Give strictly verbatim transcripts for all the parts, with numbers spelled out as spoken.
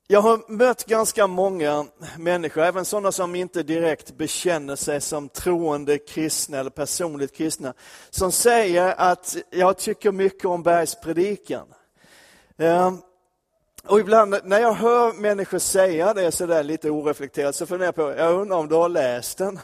Jag har mött ganska många människor, även sådana som inte direkt bekänner sig som troende kristna eller personligt kristna, som säger att jag tycker mycket om bergspredikan. Och ibland när jag hör människor säga det så där lite oreflekterat så funderar jag på, jag undrar om du har läst den.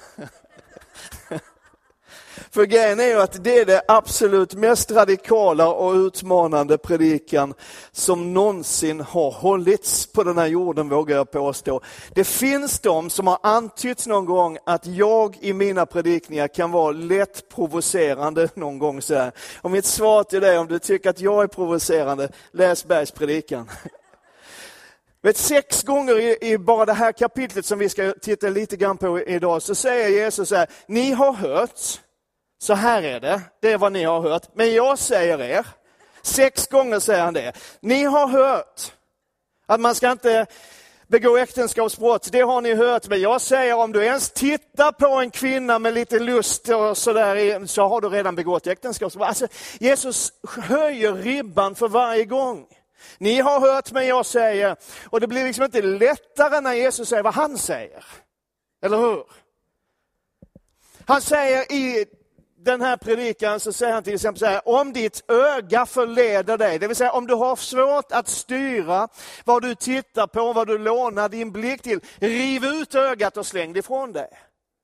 För grejen är ju att det är det absolut mest radikala och utmanande predikan som någonsin har hållits på den här jorden, vågar jag påstå. Det finns de som har antytts någon gång att jag i mina predikningar kan vara lätt provocerande någon gång så här. Och mitt svar till dig, om du tycker att jag är provocerande, läs bergspredikan. Vet, sex gånger i, i bara det här kapitlet som vi ska titta lite grann på idag så säger Jesus så här, ni har hört, så här är det, det är vad ni har hört, men jag säger er, sex gånger säger han det, ni har hört att man ska inte begå äktenskapsbrott, det har ni hört, men jag säger om du ens tittar på en kvinna med lite lust och sådär så har du redan begått äktenskapsbrott. Alltså, Jesus höjer ribban för varje gång. Ni har hört mig, jag säger. Och det blir liksom inte lättare när Jesus säger vad han säger. Eller hur? Han säger i den här predikan så säger han till exempel så här, om ditt öga förleder dig, det vill säga om du har svårt att styra vad du tittar på, vad du lånar din blick till, riv ut ögat och släng det ifrån dig.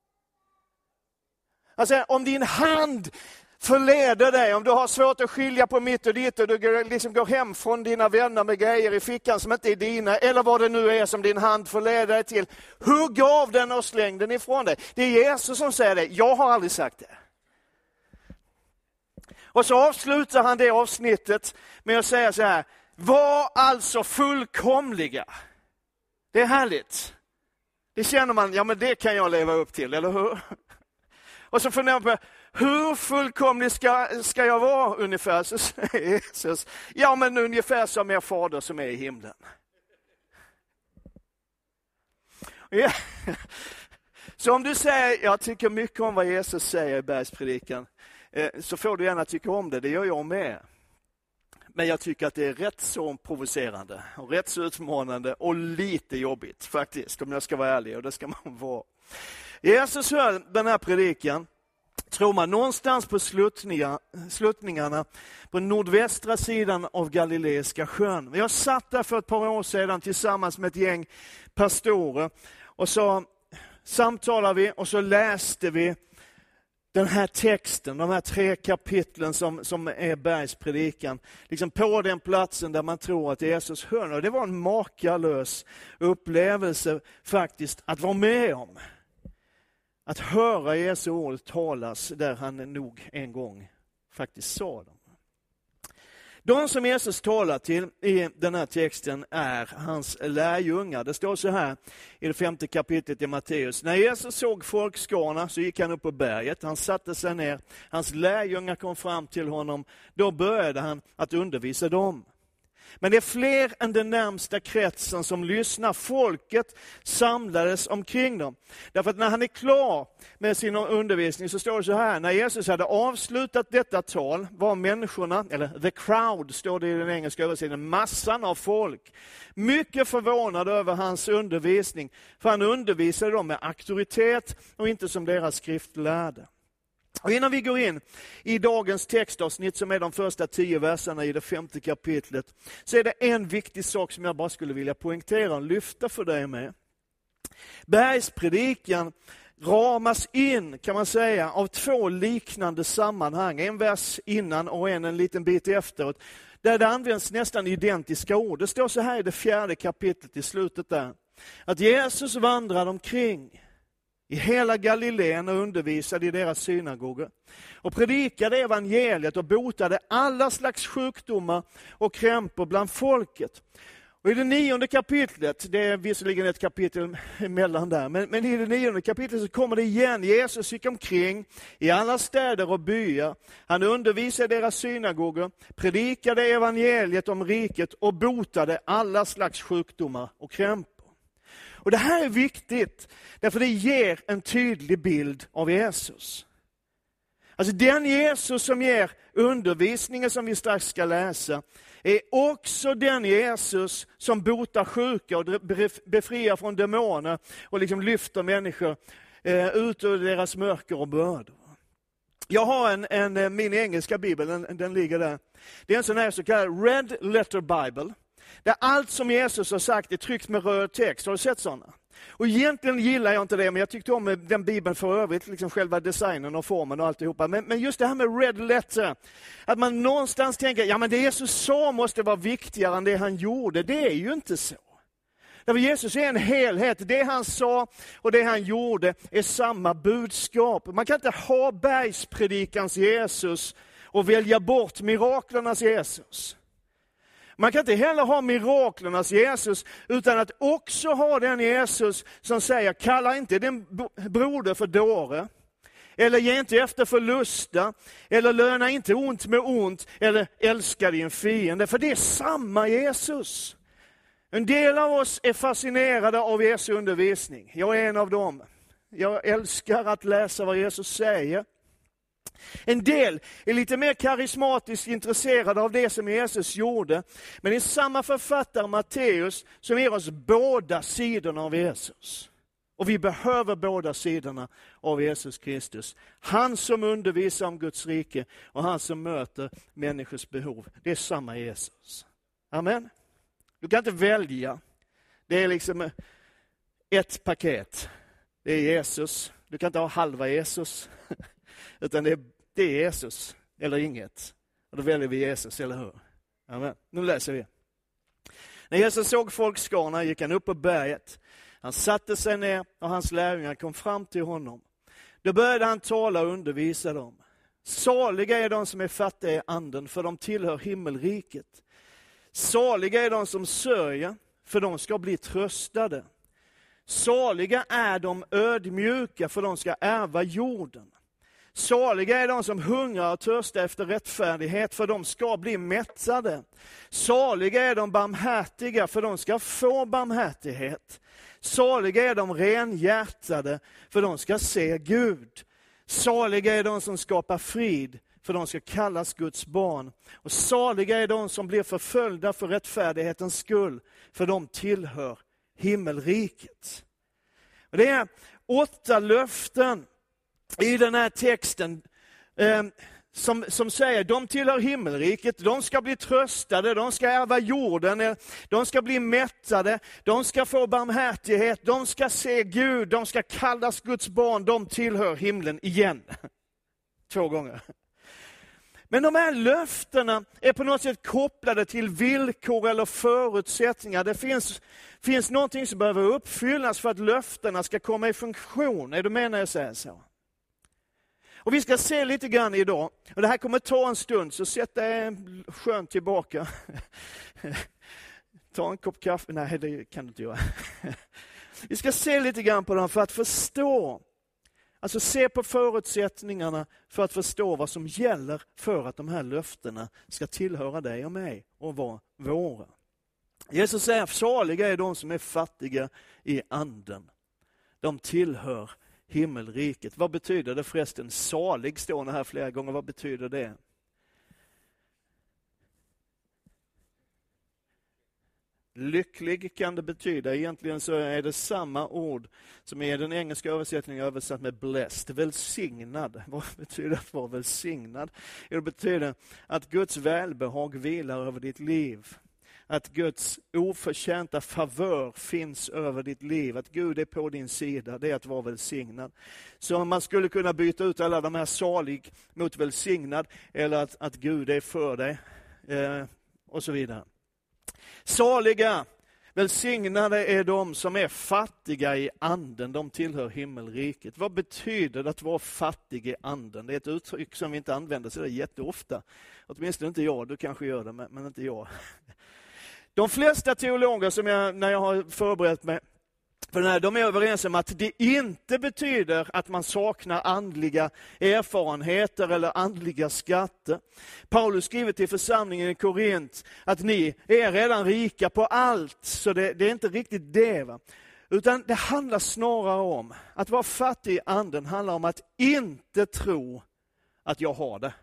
Han säger, om din hand förleder dig, om du har svårt att skilja på mitt och ditt och du liksom går hem från dina vänner med grejer i fickan som inte är dina, eller vad det nu är som din hand förleder dig till, hugg av den och släng den ifrån dig. Det är Jesus som säger det, jag har aldrig sagt det. Och så avslutar han det avsnittet med att säga så här, var alltså fullkomliga. Det är härligt. Det känner man, ja men det kan jag leva upp till, eller hur? Och så funderar man på, hur fullkomlig ska, ska jag vara ungefär? Så säger Jesus, ja men ungefär som er fader som är i himlen. Ja. Så om du säger, jag tycker mycket om vad Jesus säger i bergspredikan, så får du gärna tycka om det, det gör jag med. Men jag tycker att det är rätt så provocerande och rätt så utmanande och lite jobbigt faktiskt, om jag ska vara ärlig, och det ska man vara. Jesus höll den här predikan, tror man, någonstans på sluttningar, sluttningarna på nordvästra sidan av Galileiska sjön. Jag satt där för ett par år sedan tillsammans med ett gäng pastorer och så samtalade vi och så läste vi den här texten, de här tre kapitlen som, som är bergspredikan, liksom på den platsen där man tror att Jesus höll. Och det var en makalös upplevelse faktiskt att vara med om. Att höra Jesu ord talas där han nog en gång faktiskt sa dem. De som Jesus talar till i den här texten är hans lärjungar. Det står så här i det femte kapitlet i Matteus. När Jesus såg folkskarna så gick han upp på berget. Han satte sig ner. Hans lärjungar kom fram till honom. Då började han att undervisa dem. Men det är fler än den närmsta kretsen som lyssnar. Folket samlades omkring dem. Därför att när han är klar med sin undervisning så står det så här. När Jesus hade avslutat detta tal var människorna, eller the crowd står det i den engelska översättningen, massan av folk, mycket förvånade över hans undervisning. För han undervisade dem med auktoritet och inte som deras skriftlärde. Och innan vi går in i dagens textavsnitt som är de första tio verserna i det femte kapitlet, så är det en viktig sak som jag bara skulle vilja poängtera och lyfta för dig med. Bergspredikan ramas in, kan man säga, av två liknande sammanhang. En vers innan och en en liten bit efteråt. Där det används nästan identiska ord. Det står så här i det fjärde kapitlet i slutet där. Att Jesus vandrade omkring i hela Galileen och undervisade i deras synagogor. Och predikade evangeliet och botade alla slags sjukdomar och krämpor bland folket. Och i det nionde kapitlet, det är visserligen ett kapitel emellan där, men, men i det nionde kapitlet så kommer det igen. Jesus gick omkring i alla städer och byar. Han undervisade i deras synagogor, predikade evangeliet om riket och botade alla slags sjukdomar och krämpor. Och det här är viktigt, därför det ger en tydlig bild av Jesus. Alltså den Jesus som ger undervisningen som vi strax ska läsa är också den Jesus som botar sjuka och befriar från demoner och liksom lyfter människor eh, ut ur deras mörker och bördor. Jag har en, en min engelska bibel, den, den ligger där. Det är en sån här så kallad Red Letter Bible. Där allt som Jesus har sagt är tryckt med röd text. Har du sett sådana? Och egentligen gillar jag inte det, men jag tyckte om den bibeln för övrigt, liksom själva designen och formen och alltihopa. Men, men just det här med red letter, att man någonstans tänker, ja men det Jesus sa måste vara viktigare än det han gjorde. Det är ju inte så. Därför Jesus är en helhet. Det han sa och det han gjorde är samma budskap. Man kan inte ha bergspredikans Jesus och välja bort miraklernas Jesus. Man kan inte heller ha miraklernas Jesus utan att också ha den Jesus som säger, kalla inte din broder för dåre. Eller ge inte efter för lusta. Eller löna inte ont med ont. Eller älska din fiende. För det är samma Jesus. En del av oss är fascinerade av Jesu undervisning. Jag är en av dem. Jag älskar att läsa vad Jesus säger. En del är lite mer karismatiskt intresserade av det som Jesus gjorde. Men det är samma författare Matteus som ger oss båda sidorna av Jesus. Och vi behöver båda sidorna av Jesus Kristus. Han som undervisar om Guds rike och han som möter människors behov. Det är samma Jesus. Amen. Du kan inte välja. Det är liksom ett paket. Det är Jesus. Du kan inte ha halva Jesus. Utan det är, det är Jesus eller inget. Och då väljer vi Jesus, eller hur? Amen. Nu läser vi. När Jesus såg folkskarorna gick han upp på berget. Han satte sig ner och hans lärjungar kom fram till honom. Då började han tala och undervisa dem. Saliga är de som är fattiga i anden, för de tillhör himmelriket. Saliga är de som sörjer, för de ska bli tröstade. Saliga är de ödmjuka, för de ska ärva jorden. Saliga är de som hungrar och törstar efter rättfärdighet, för de ska bli mättade. Saliga är de barmhärtiga, för de ska få barmhärtighet. Saliga är de renhjärtade, för de ska se Gud. Saliga är de som skapar frid, för de ska kallas Guds barn. Och saliga är de som blir förföljda för rättfärdighetens skull, för de tillhör himmelriket. Och det är åtta löften i den här texten eh, som, som säger de tillhör himmelriket, de ska bli tröstade, de ska ärva jorden, de ska bli mättade, de ska få barmhärtighet, de ska se Gud, de ska kallas Guds barn, de tillhör himlen igen. Två gånger. Men de här löftena är på något sätt kopplade till villkor eller förutsättningar. Det finns, finns någonting som behöver uppfyllas för att löftena ska komma i funktion. Är du med när jag säger så? Och vi ska se lite grann idag. Och det här kommer ta en stund, så sätt dig skönt tillbaka. Ta en kopp kaffe. Nej, det kan du inte göra. Vi ska se lite grann på dem för att förstå. Alltså se på förutsättningarna för att förstå vad som gäller för att de här löftena ska tillhöra dig och mig och vara våra. Jesus säger, saliga är de som är fattiga i anden. De tillhör himmelriket. Vad betyder det förresten? Salig står det här flera gånger. Vad betyder det? Lycklig kan det betyda. Egentligen så är det samma ord som är den engelska översättningen översatt med blessed. Välsignad. Vad betyder att vara välsignad? Det betyder att Guds välbehag vilar över ditt liv. Att Guds oförtjänta favör finns över ditt liv. Att Gud är på din sida. Det är att vara välsignad. Så man skulle kunna byta ut alla de här salig mot välsignad. Eller att, att Gud är för dig. Eh, och så vidare. Saliga, välsignade är de som är fattiga i anden. De tillhör himmelriket. Vad betyder det att vara fattig i anden? Det är ett uttryck som vi inte använder så det är jätteofta. Åtminstone inte jag, du kanske gör det, men inte jag. De flesta teologer som jag, när jag har förberett mig för den här, de är överens om att det inte betyder att man saknar andliga erfarenheter eller andliga skatter. Paulus skriver till församlingen i Korint att ni är redan rika på allt, så det, det är inte riktigt det. Va? Utan det handlar snarare om att vara fattig i anden handlar om att inte tro att jag har det.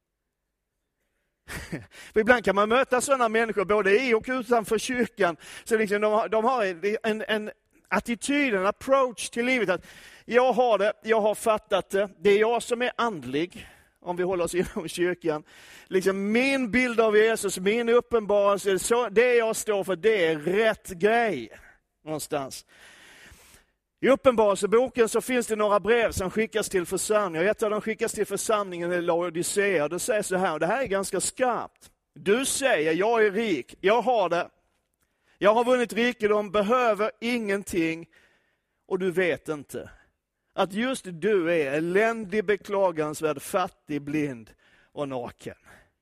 För ibland kan man möta sådana människor både i och utanför kyrkan. Så liksom de, har, de har en, en attityd, en approach till livet. Att jag har det, jag har fattat det. Det är jag som är andlig. Om vi håller oss inom kyrkan. Liksom min bild av Jesus, min uppenbarelse, så det jag står för, det är rätt grej. Någonstans. I Uppenbarelseboken så finns det några brev som skickas till församlingar. Ett av dem skickas till församlingen i Laodicea. Det säger så här, och det här är ganska skarpt. Du säger, jag är rik, jag har det. Jag har vunnit rikedom, behöver ingenting. Och du vet inte att just du är eländig, beklagansvärd, fattig, blind och naken.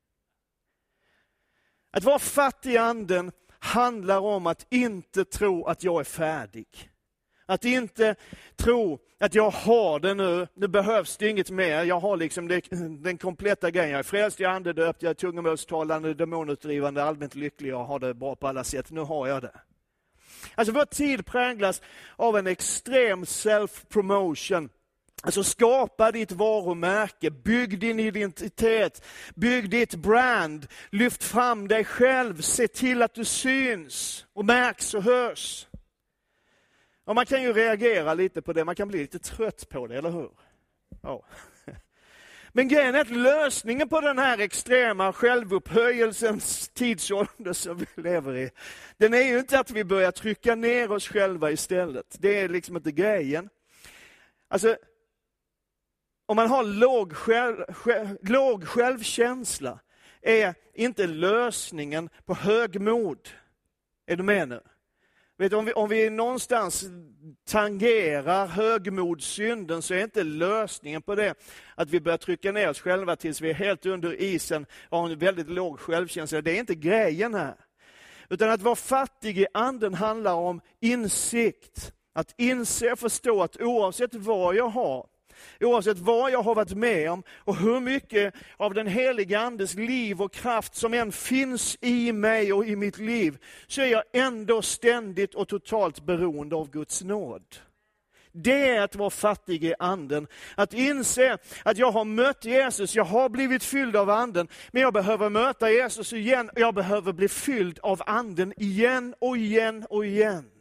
Att vara fattig i anden handlar om att inte tro att jag är färdig. Att inte tro att jag har det nu, nu behövs det inget mer. Jag har liksom det, den kompletta grejen. Jag är frälst, jag är andedöpt, jag är tungomålstalande, demonutdrivande, allmänt lycklig. Jag har det bra på alla sätt. Nu har jag det. Alltså vår tid präglas av en extrem self-promotion. Alltså skapa ditt varumärke, bygg din identitet, bygg ditt brand, lyft fram dig själv, se till att du syns och märks och hörs. Och man kan ju reagera lite på det, man kan bli lite trött på det, eller hur? Ja. Men grejen är att lösningen på den här extrema självupphöjelsens tidsålder som vi lever i, den är ju inte att vi börjar trycka ner oss själva istället. Det är liksom inte grejen. Alltså, om man har låg, själv, själv, låg självkänsla är inte lösningen på högmod. Är du med nu? Vet du, om, vi, om vi någonstans tangerar högmodssynden så är inte lösningen på det att vi börjar trycka ner oss själva tills vi är helt under isen och har en väldigt låg självkänsla. Det är inte grejen här. Utan att vara fattig i anden handlar om insikt. Att inse och förstå att oavsett vad jag har, oavsett vad jag har varit med om och hur mycket av den heliga andes liv och kraft som än finns i mig och i mitt liv, så är jag ändå ständigt och totalt beroende av Guds nåd. Det är att vara fattig i anden. Att inse att jag har mött Jesus, jag har blivit fylld av anden, men jag behöver möta Jesus igen och jag behöver bli fylld av anden igen och igen och igen.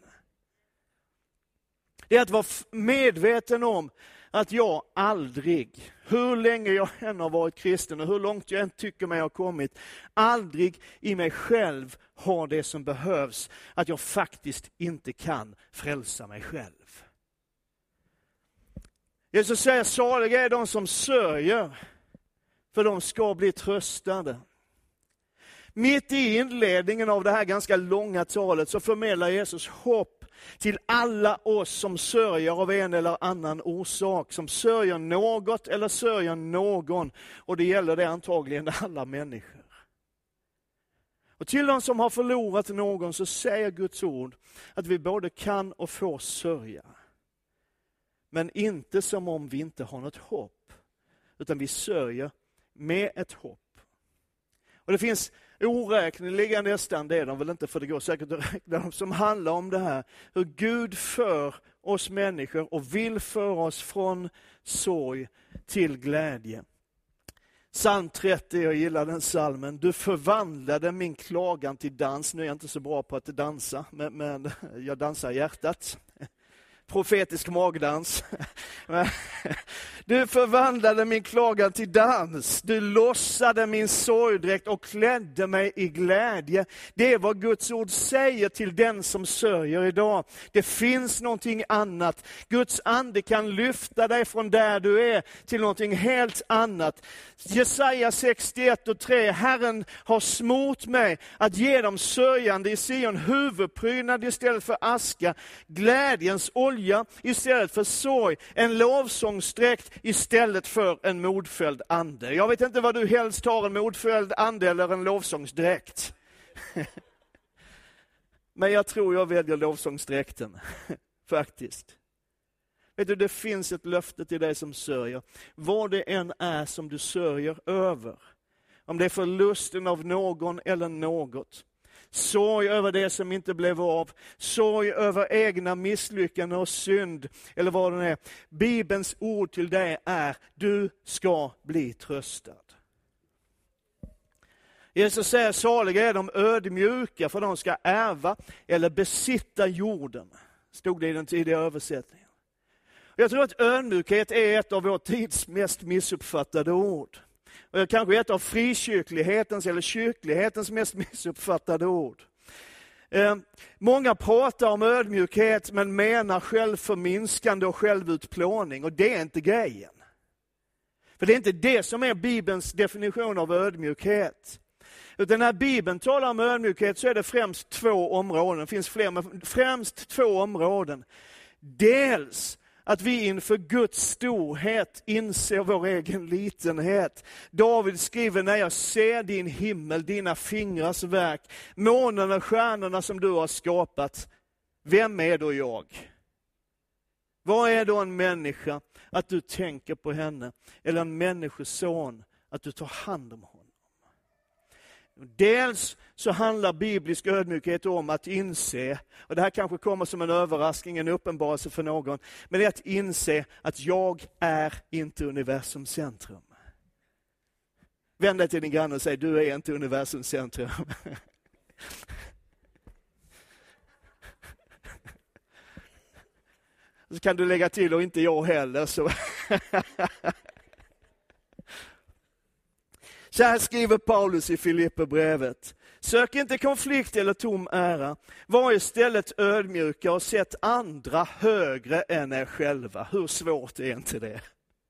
Det är att vara medveten om att jag aldrig, hur länge jag än har varit kristen och hur långt jag än tycker mig ha kommit, aldrig i mig själv har det som behövs. Att jag faktiskt inte kan frälsa mig själv. Jesus säger, saliga är de som sörjer, för de ska bli tröstade. Mitt i inledningen av det här ganska långa talet så förmedlar Jesus hopp till alla oss som sörjer av en eller annan orsak. Som sörjer något eller sörjer någon. Och det gäller det antagligen alla människor. Och till de som har förlorat någon så säger Guds ord att vi både kan och får sörja. Men inte som om vi inte har något hopp. Utan vi sörjer med ett hopp. Och det finns oräkneliga nästan, det är de väl inte, för det går säkert att räkna dem, som handlar om det här. Hur Gud för oss människor och vill föra oss från sorg till glädje. Psalm trettio, jag gillar den psalmen. Du förvandlade min klagan till dans. Nu är jag inte så bra på att dansa, men, men jag dansar i hjärtat. Profetisk magdans. Du förvandlade min klagan till dans. Du lossade min sorgdräkt och klädde mig i glädje. Det är vad Guds ord säger till den som sörjer idag. Det finns någonting annat. Guds ande kan lyfta dig från där du är till någonting helt annat. Jesaja sextioett och tre. Herren har smort mig att ge dem sörjande i Sion huvudprydnad istället för aska. Glädjens olja istället för sorg. En lovsångsdräkt istället för en modfälld ande. Jag vet inte vad du helst har, en modfälld ande eller en lovsångsdräkt. Men jag tror jag väljer lovsångsdräkten. Faktiskt. Vet du, det finns ett löfte till dig som sörjer. Vad det än är som du sörjer över. Om det är förlusten av någon eller något. sorg över det som inte blev av, sorg över egna misslyckanden och synd, eller vad det är. Bibelns ord till dig är, du ska bli tröstad. Jesus säger, saliga är de ödmjuka, för de ska ärva eller besitta jorden. Stod det i den tidiga översättningen. Jag tror att ödmjukhet är ett av vår tids mest missuppfattade ord. Och kanske ett av frikyrklighetens eller kyrklighetens mest missuppfattade ord. Eh, många pratar om ödmjukhet men menar självförminskande och självutplåning, och det är inte grejen. För det är inte det som är Bibelns definition av ödmjukhet. Utan när Bibeln talar om ödmjukhet så är det främst två områden. Det finns fler, men främst två områden. Dels att vi inför Guds storhet inser vår egen litenhet. David skriver, när jag ser din himmel, dina fingrars verk, månen och stjärnorna som du har skapat, vem är då jag? Vad är då en människa att du tänker på henne? Eller en människoson att du tar hand om honom? Dels så handlar biblisk ödmjukhet om att inse, och det här kanske kommer som en överraskning, en uppenbarelse för någon, men det är att inse att jag är inte universums centrum. Vänd dig till din granne och säg, du är inte universums centrum. Så kan du lägga till, och inte jag heller. Så. Så här skriver Paulus i Filipperbrevet. Sök inte konflikt eller tom ära. Var istället ödmjuka och sätt andra högre än er själva. Hur svårt är inte det?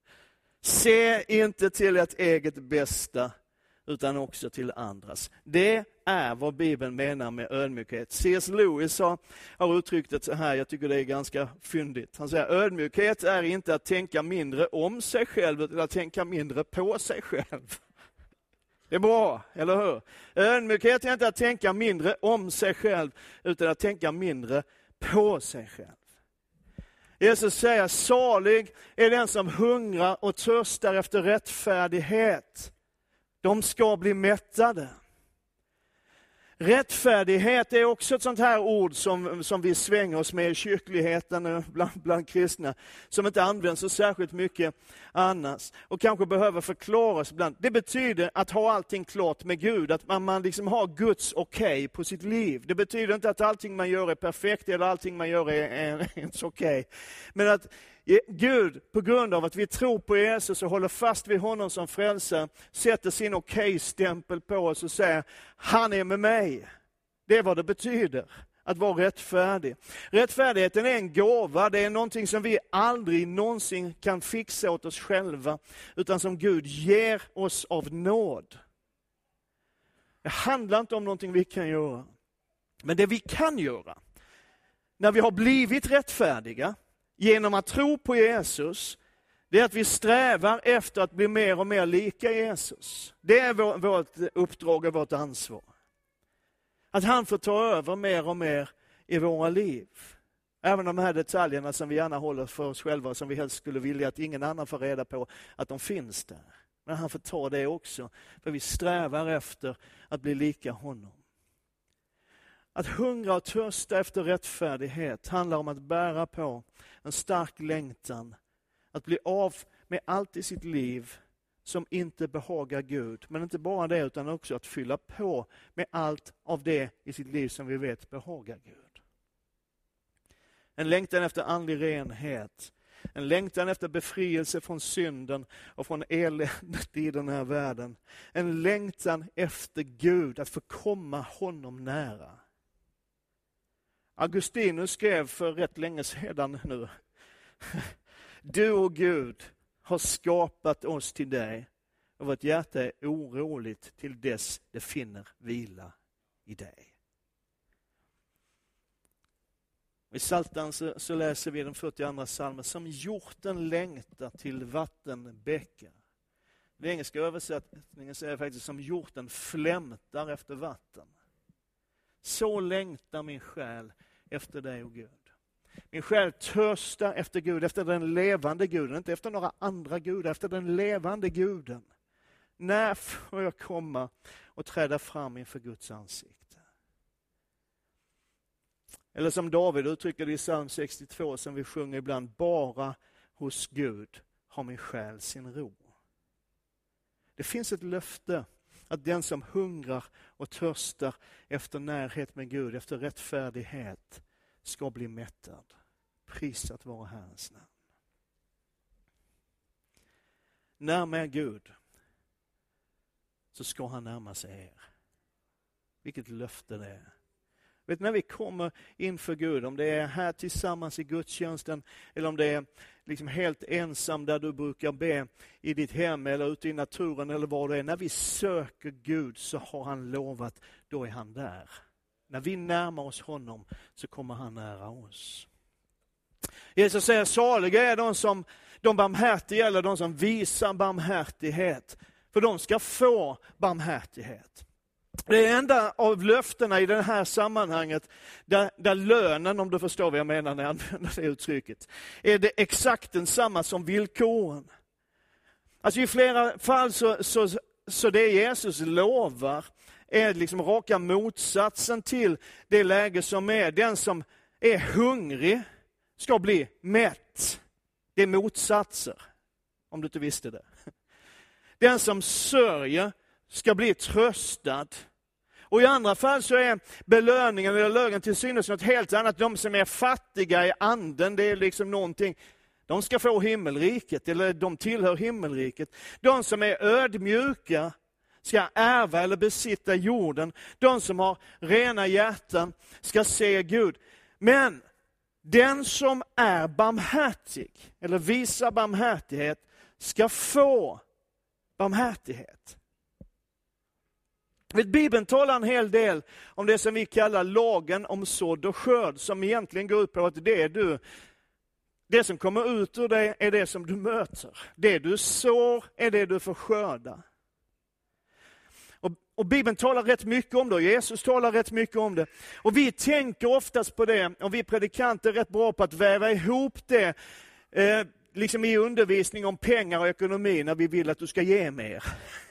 Se inte till ert eget bästa, utan också till andras. Det är vad Bibeln menar med ödmjukhet. C S Lewis har, har uttryckt det så här, jag tycker det är ganska fyndigt. Han säger, ödmjukhet är inte att tänka mindre om sig själv, utan att tänka mindre på sig själv. Det är bra, eller hur? Ödmjukhet är inte att tänka mindre om sig själv, utan att tänka mindre på sig själv. Jesus säger, salig är den som hungrar och törstar efter rättfärdighet. De ska bli mättade. Rättfärdighet är också ett sånt här ord som, som vi svänger oss med i kyrkligheten bland, bland kristna, som inte används så särskilt mycket annars och kanske behöver förklaras ibland. Det betyder att ha allting klart med Gud, att man, man liksom har Guds okej okay på sitt liv. Det betyder inte att allting man gör är perfekt eller allting man gör är, är ens okej. Okay. Men att Gud, på grund av att vi tror på Jesus och håller fast vid honom som frälsare, sätter sin okej-stämpel på oss och säger, han är med mig. Det är vad det betyder att vara rättfärdig. Rättfärdigheten är en gåva, det är någonting som vi aldrig någonsin kan fixa åt oss själva, utan som Gud ger oss av nåd. Det handlar inte om någonting vi kan göra. Men det vi kan göra, när vi har blivit rättfärdiga, genom att tro på Jesus, det är att vi strävar efter att bli mer och mer lika Jesus. Det är vår, vårt uppdrag och vårt ansvar. Att han får ta över mer och mer i våra liv. Även de här detaljerna som vi gärna håller för oss själva, som vi helst skulle vilja att ingen annan får reda på, att de finns där. Men han får ta det också, för vi strävar efter att bli lika honom. Att hungra och törsta efter rättfärdighet handlar om att bära på en stark längtan. Att bli av med allt i sitt liv som inte behagar Gud. Men inte bara det, utan också att fylla på med allt av det i sitt liv som vi vet behagar Gud. En längtan efter andlig renhet. En längtan efter befrielse från synden och från eländet i den här världen. En längtan efter Gud, att få komma honom nära. Augustinus skrev för rätt länge sedan nu. Du och Gud har skapat oss till dig och vårt hjärta är oroligt till dess det finner vila i dig. I Psaltaren så, så läser vi den fyrtioandra psalmen. Som hjorten längtar till vattenbäckar. Den engelska översättningen säger faktiskt som hjorten flämtar efter vatten. Så längtar min själ efter dig, och Gud. Min själ törstar efter Gud, efter den levande Guden, inte efter några andra gudar, efter den levande Guden. När får jag komma och träda fram inför Guds ansikte? Eller som David uttrycker det i psalm sextiotvå som vi sjunger ibland, bara hos Gud har min själ sin ro. Det finns ett löfte att den som hungrar och törstar efter närhet med Gud, efter rättfärdighet, ska bli mättad. Prisat vara Herrens namn. Närma er Gud, så ska han närma sig er. Vilket löfte det är. Vet, när vi kommer inför Gud, om det är här tillsammans i gudstjänsten eller om det är liksom helt ensam där du brukar be i ditt hem eller ute i naturen eller vad det är. När vi söker Gud så har han lovat, då är han där. När vi närmar oss honom så kommer han nära oss. Jesus säger, saliga är de som de barmhärtiga eller de som visar barmhärtighet. För de ska få barmhärtighet. Det är enda av löftena i det här sammanhanget där, där lönen, om du förstår vad jag menar när jag använder det uttrycket, är det exakt densamma som villkoren. Alltså i flera fall så, så, så det Jesus lovar är liksom raka motsatsen till det läge som är. Den som är hungrig ska bli mätt. Det är motsatser, om du inte visste det. Den som sörjer ska bli tröstad. Och i andra fall så är belöningen eller lönen till synes något helt annat. De som är fattiga i anden, det är liksom någonting. De ska få himmelriket, eller de tillhör himmelriket. De som är ödmjuka ska ärva eller besitta jorden. De som har rena hjärtan ska se Gud. Men den som är barmhärtig, eller visar barmhärtighet, ska få barmhärtighet. Bibeln talar en hel del om det som vi kallar lagen om sådd och skörd, som egentligen går ut på att det är du, det som kommer ut ur dig är det som du möter. Det du sår är det du får skörda. Och, och Bibeln talar rätt mycket om det, och Jesus talar rätt mycket om det. Och vi tänker oftast på det, och vi predikanter är rätt bra på att väva ihop det, eh, liksom i undervisning om pengar och ekonomi, när vi vill att du ska ge mer.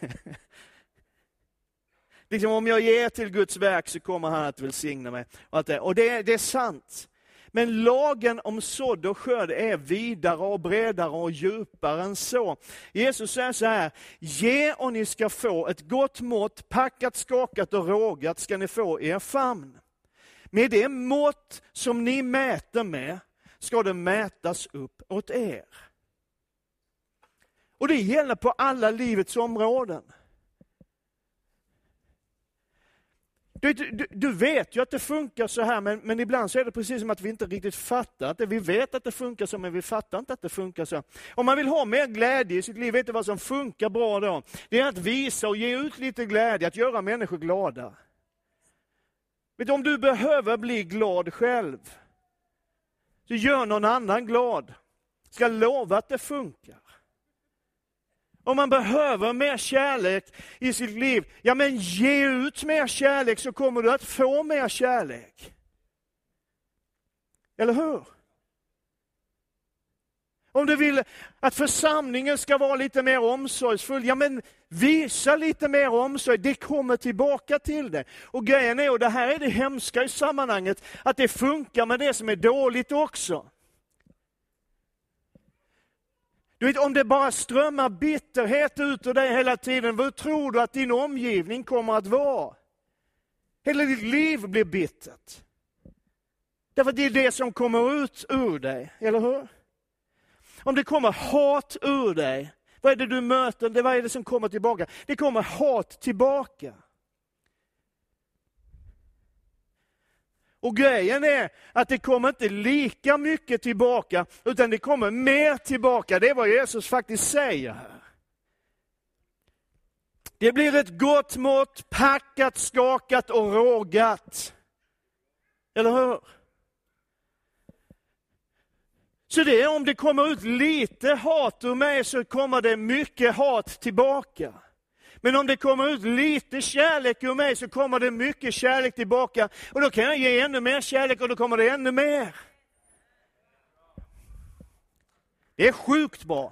Liksom om jag ger till Guds verk så kommer han att välsigna mig. Och, allt det. och det, det är sant. Men lagen om sådd och skörd är vidare och bredare och djupare än så. Jesus säger så här: ge och ni ska få ett gott mått, packat, skakat och rågat ska ni få i er famn. Med det mått som ni mäter med ska det mätas upp åt er. Och det gäller på alla livets områden. Du, du, du vet ju att det funkar så här, men, men ibland så är det precis som att vi inte riktigt fattar att det. Vi vet att det funkar så, men vi fattar inte att det funkar så. Om man vill ha mer glädje i sitt liv, vet du vad som funkar bra då? Det är att visa och ge ut lite glädje, att göra människor glada. Vet du, om du behöver bli glad själv, så gör någon annan glad. Ska lova att det funkar. Om man behöver mer kärlek i sitt liv, ja men ge ut mer kärlek så kommer du att få mer kärlek. Eller hur? Om du vill att församlingen ska vara lite mer omsorgsfull, ja men visa lite mer omsorg, det kommer tillbaka till det. Och grejen är, och det här är det hemska i sammanhanget, att det funkar med det som är dåligt också. Du vet, om det bara strömmar bitterhet ut ur dig hela tiden, vad tror du att din omgivning kommer att vara? Hela ditt liv blir bittert. Därför att det är det som kommer ut ur dig, eller hur? Om det kommer hat ur dig, vad är det du möter? Det, vad är det som kommer tillbaka? Det kommer hat tillbaka. Och grejen är att det kommer inte lika mycket tillbaka, utan det kommer mer tillbaka. Det är vad Jesus faktiskt säger här. Det blir ett gott mått, packat, skakat och rågat. Eller hur? Så det är, om det kommer ut lite hat ur mig så kommer det mycket hat tillbaka. Men om det kommer ut lite kärlek ur mig så kommer det mycket kärlek tillbaka. Och då kan jag ge ännu mer kärlek och då kommer det ännu mer. Det är sjukt bra.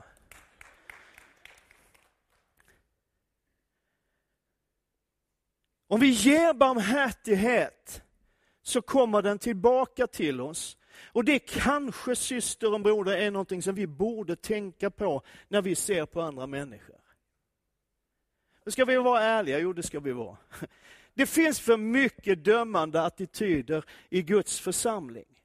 Om vi ger barmhärtighet så kommer den tillbaka till oss. Och det kanske, syster och broder, är någonting som vi borde tänka på när vi ser på andra människor. Ska vi vara ärliga? Jo, det ska vi vara. Det finns för mycket dömande attityder i Guds församling.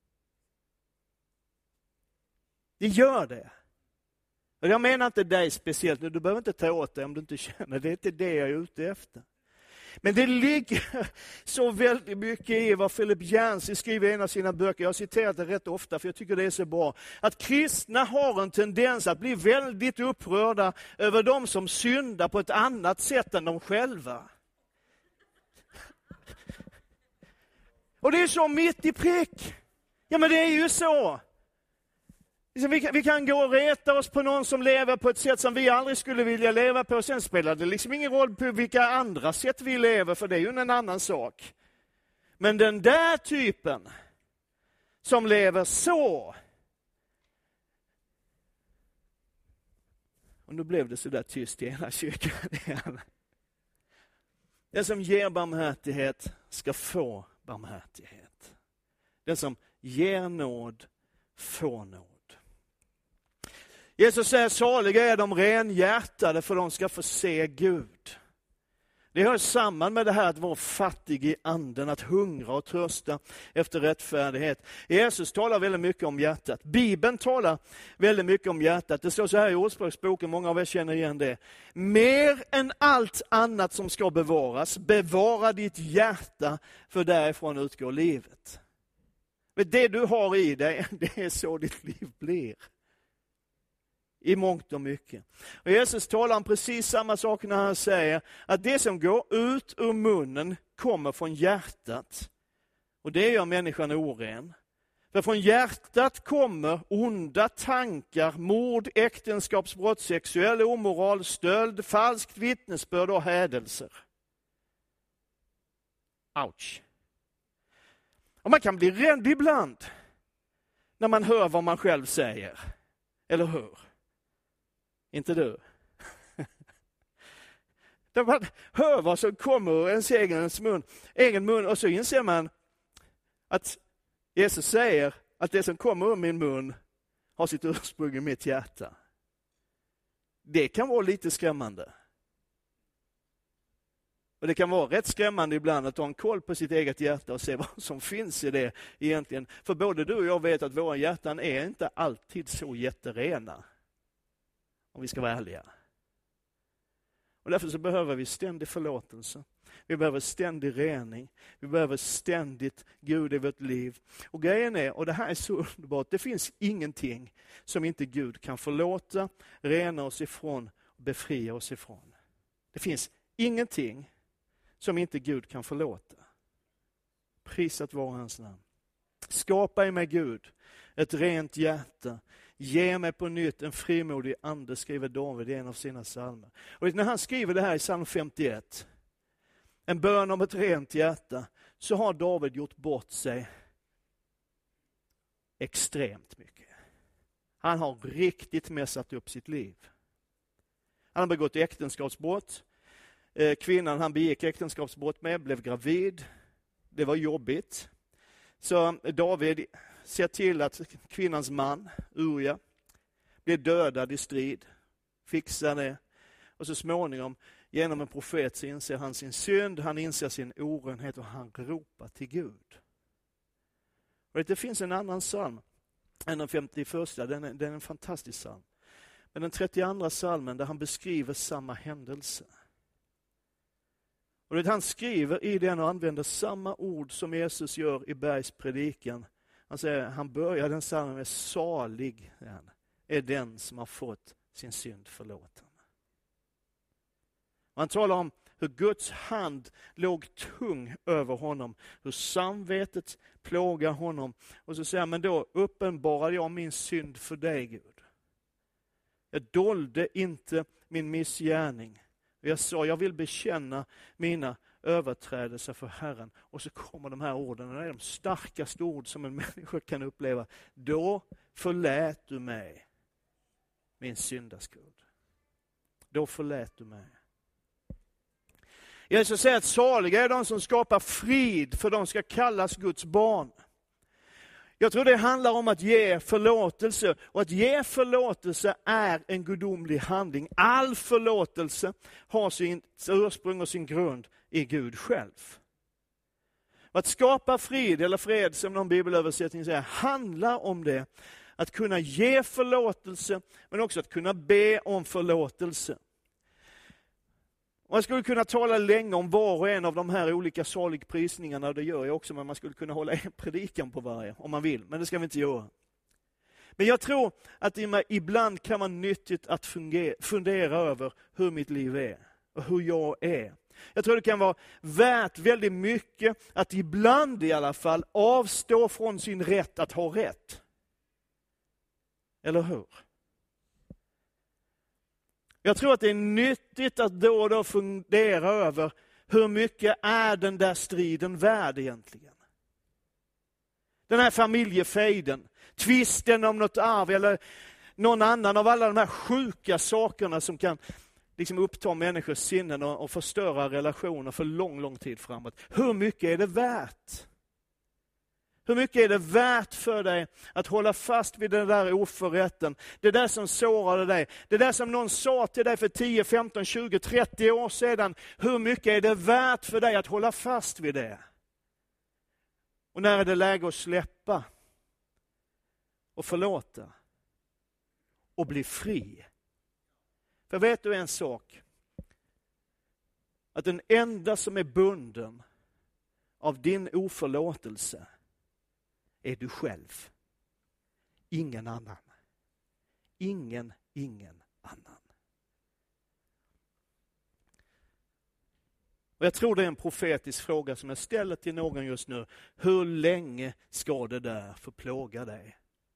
Det gör det. Och jag menar inte dig speciellt nu, du behöver inte ta åt dig om du inte känner, det är inte det jag är ute efter. Men det ligger så väldigt mycket i vad Philip Yancey skriver i en av sina böcker. Jag har citerat det rätt ofta för jag tycker det är så bra. Att kristna har en tendens att bli väldigt upprörda över de som syndar på ett annat sätt än de själva. Och det är så mitt i prick. Ja, men det är ju så. Vi kan, vi kan gå och reta oss på någon som lever på ett sätt som vi aldrig skulle vilja leva på. Sen spelar det liksom ingen roll på vilka andra sätt vi lever, för det är ju en annan sak. Men den där typen som lever så. Och nu blev det så där tyst i hela kyrkan. Den som ger barmhärtighet ska få barmhärtighet. Den som ger nåd får nåd. Jesus säger, saliga är de renhjärtade, för de ska få se Gud. Det hör samman med det här att vara fattig i anden, att hungra och törsta efter rättfärdighet. Jesus talar väldigt mycket om hjärtat. Bibeln talar väldigt mycket om hjärtat. Det står så här i Ordspråksboken, många av er känner igen det. Mer än allt annat som ska bevaras, bevara ditt hjärta, för därifrån utgår livet. Men det du har i dig, det är så ditt liv blir. I mångt och mycket. Och Jesus talar om precis samma sak när han säger att det som går ut ur munnen kommer från hjärtat. Och det gör människan oren. För från hjärtat kommer onda tankar, mord, äktenskapsbrott, sexuell omoral, stöld, falskt vittnesbörd och hädelser. Ouch. Och man kan bli rädd ibland när man hör vad man själv säger. Eller hur? Inte du. Där man hör vad som kommer ur ens egen mun, egen mun och så inser man att Jesus säger att det som kommer ur min mun har sitt ursprung i mitt hjärta. Det kan vara lite skrämmande. Och det kan vara rätt skrämmande ibland att ha en koll på sitt eget hjärta och se vad som finns i det egentligen. För både du och jag vet att våra hjärtan är inte alltid så jätterena. Om vi ska vara ärliga. Och därför så behöver vi ständig förlåtelse. Vi behöver ständig rening. Vi behöver ständigt Gud i vårt liv. Och grejen är, och det här är så underbart, det finns ingenting som inte Gud kan förlåta, rena oss ifrån och befria oss ifrån. Det finns ingenting som inte Gud kan förlåta. Prisat vare hans namn. Skapa i mig, Gud, ett rent hjärta. Ge mig på nytt en frimodig ande, skriver David i en av sina psalmer. Och när han skriver det här i psalm femtioett, en bön om ett rent hjärta, så har David gjort bort sig extremt mycket. Han har riktigt messat upp sitt liv. Han har begått äktenskapsbrott. Kvinnan han begick äktenskapsbrott med blev gravid. Det var jobbigt. Så David ser till att kvinnans man, Uria, blir dödad i strid. Fixar det. Och så småningom, genom en profet, så inser han sin synd. Han inser sin orenhet och han ropar till Gud. Och det finns en annan psalm än den femtioförsta. Den är, den är en fantastisk psalm. Men den trettioandra psalmen där han beskriver samma händelse. Och det han skriver i den och använder samma ord som Jesus gör i bergspredikan. Han säger, han börjar den psalmen med salig är den som har fått sin synd förlåten. Han talar om hur Guds hand låg tung över honom. Hur samvetet plågar honom. Och så säger han, men då uppenbarar jag min synd för dig, Gud. Jag dolde inte min missgärning. Jag sa, jag vill bekänna mina överträdelser för Herren. Och så kommer de här orden, och det är de starkaste ord som en människa kan uppleva. Då förlät du mig min syndaskuld. Då förlät du mig. Jesus säger att saliga är de som skapar frid, för de ska kallas Guds barn. Jag tror det handlar om att ge förlåtelse, och att ge förlåtelse är en gudomlig handling. All förlåtelse har sin ursprung och sin grund i Gud själv. Att skapa frid, eller fred som någon bibelöversättning säger, handlar om det. Att kunna ge förlåtelse, men också att kunna be om förlåtelse. Och jag skulle kunna tala länge om var och en av de här olika saligprisningarna, och det gör jag också, men man skulle kunna hålla en predikan på varje om man vill, men det ska vi inte göra. Men jag tror att ibland kan man nyttigt att fungera, fundera över hur mitt liv är och hur jag är. Jag tror det kan vara värt väldigt mycket att ibland i alla fall avstå från sin rätt att ha rätt. Eller hur? Jag tror att det är nyttigt att då och då fundera över hur mycket är den där striden värd egentligen. Den här familjefejden, tvisten om något arv eller någon annan av alla de här sjuka sakerna som kan liksom uppta människors sinnen och, och förstöra relationer för lång, lång tid framåt. Hur mycket är det värt? Hur mycket är det värt för dig att hålla fast vid den där oförrätten? Det där som sårade dig. Det där som någon sa till dig för tio, femton, tjugo, trettio år sedan. Hur mycket är det värt för dig att hålla fast vid det? Och när är det läge att släppa? Och förlåta? Och bli fri? För vet du en sak? Att den enda som är bunden av din oförlåtelse är du själv. Ingen annan. Ingen, ingen annan. Och jag tror det är en profetisk fråga som jag ställer till någon just nu. Hur länge ska det där få plåga dig?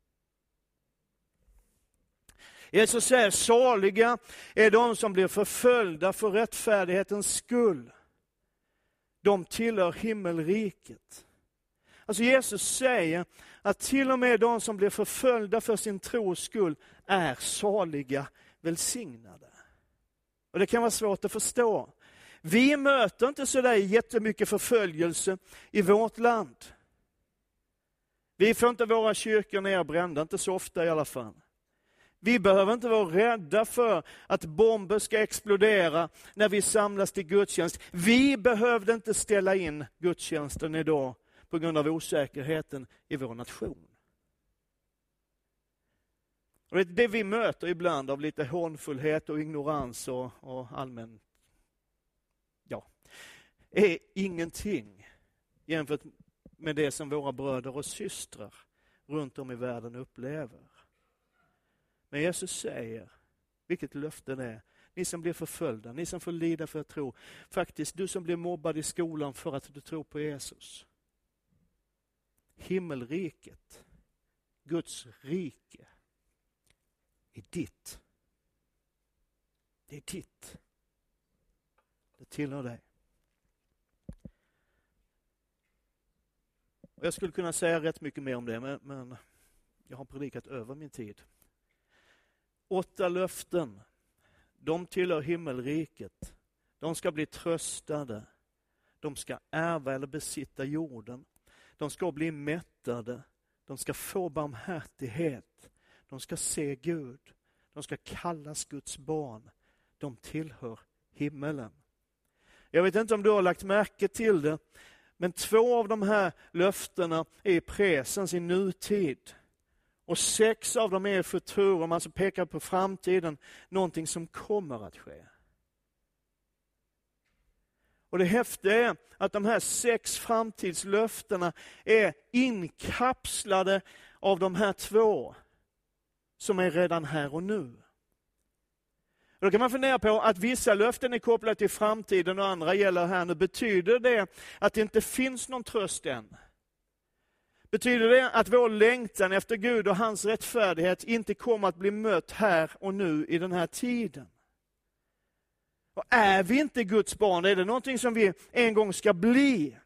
Jesus säger, saliga är de som blir förföljda för rättfärdighetens skull. De tillhör himmelriket. Alltså Jesus säger att till och med de som blir förföljda för sin tros skull är saliga, välsignade. Och det kan vara svårt att förstå. Vi möter inte så där jättemycket förföljelse i vårt land. Vi får inte våra kyrkor nerbrända, inte så ofta i alla fall. Vi behöver inte vara rädda för att bomber ska explodera när vi samlas till gudstjänst. Vi behövde inte ställa in gudstjänsten idag på grund av osäkerheten i vår nation. Och det är det vi möter ibland av lite hånfullhet och ignorans och, och allmän, ja, är ingenting jämfört med det som våra bröder och systrar runt om i världen upplever. Men Jesus säger, vilket löfte det är, ni som blir förföljda, ni som får lida för att tro, faktiskt du som blir mobbad i skolan för att du tror på Jesus. Himmelriket, Guds rike, är ditt. Det är ditt. Det tillhör dig. Och jag skulle kunna säga rätt mycket mer om det, men, men jag har predikat över min tid. Åtta löften, de tillhör himmelriket. De ska bli tröstade. De ska ärva eller besitta jorden. De ska bli mättade. De ska få barmhärtighet. De ska se Gud. De ska kallas Guds barn. De tillhör himmelen. Jag vet inte om du har lagt märke till det, men två av de här löftena är i presens, i nutid. Och sex av dem är futurum, alltså pekar på framtiden, någonting som kommer att ske. Och det häftiga är att de här sex framtidslöftena är inkapslade av de här två som är redan här och nu. Och då kan man fundera på att vissa löften är kopplade till framtiden och andra gäller här nu. Betyder det att det inte finns någon tröst än? Betyder det att vår längtan efter Gud och hans rättfärdighet inte kommer att bli mött här och nu i den här tiden? Och är vi inte Guds barn, är det någonting som vi en gång ska bli?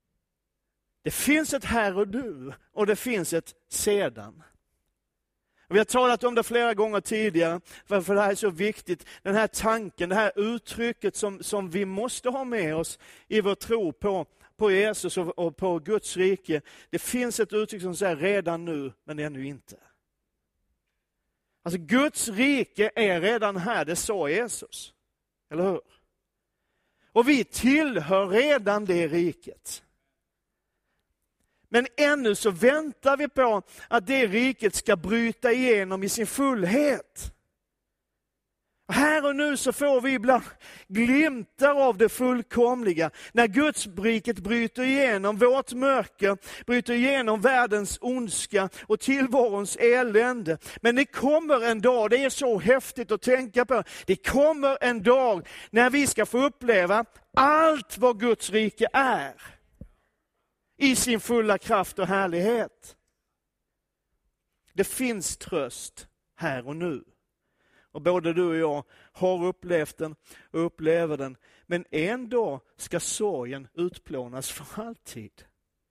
Det finns ett här och nu och det finns ett sedan. Och vi har talat om det flera gånger tidigare, varför det här är så viktigt. Den här tanken, det här uttrycket som, som vi måste ha med oss i vår tro på, på Jesus och, och på Guds rike. Det finns ett uttryck som säger redan nu, men ännu inte. Alltså Guds rike är redan här, det sa Jesus. Eller hur? Och vi tillhör redan det riket. Men ännu så väntar vi på att det riket ska bryta igenom i sin fullhet. Här och nu så får vi ibland glimtar av det fullkomliga. När Guds riket bryter igenom vårt mörker, bryter igenom världens ondska och tillvarons elände. Men det kommer en dag, det är så häftigt att tänka på, det kommer en dag när vi ska få uppleva allt vad Guds rike är. I sin fulla kraft och härlighet. Det finns tröst här och nu. Och både du och jag har upplevt den och upplever den. Men en dag ska sorgen utplånas för alltid.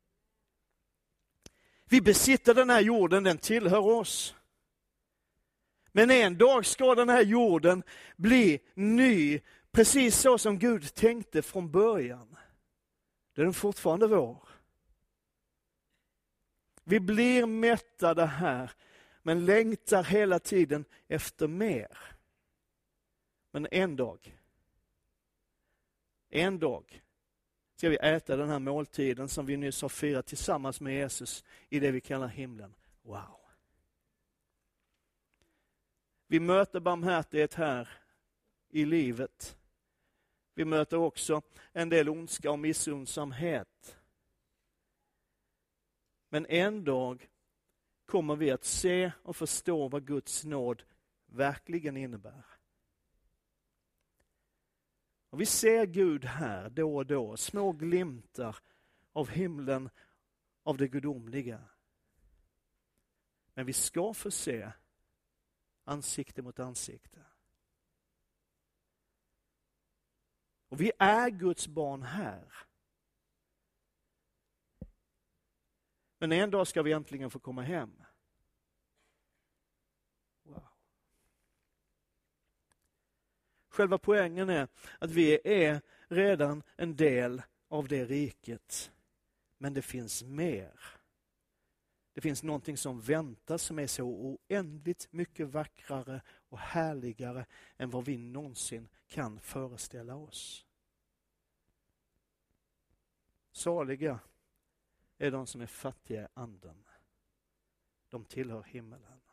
Vi besitter den här jorden, den tillhör oss. Men en dag ska den här jorden bli ny, precis så som Gud tänkte från början. Det är den fortfarande vår. Vi blir mättade här, men längtar hela tiden efter mer. Men en dag, en dag ska vi äta den här måltiden som vi nyss har firat tillsammans med Jesus i det vi kallar himlen. Wow! Vi möter barmhärtighet här i livet. Vi möter också en del ondska och missundsamhet. Men en dag kommer vi att se och förstå vad Guds nåd verkligen innebär. Och vi ser Gud här då och då, små glimtar av himlen, av det gudomliga. Men vi ska få se ansikte mot ansikte. Och vi är Guds barn här. Men en dag ska vi äntligen få komma hem. Wow. Själva poängen är att vi är redan en del av det riket. Men det finns mer. Det finns någonting som väntar som är så oändligt mycket vackrare och härligare än vad vi någonsin kan föreställa oss. Saliga är de som är fattiga i anden. De tillhör himmelen.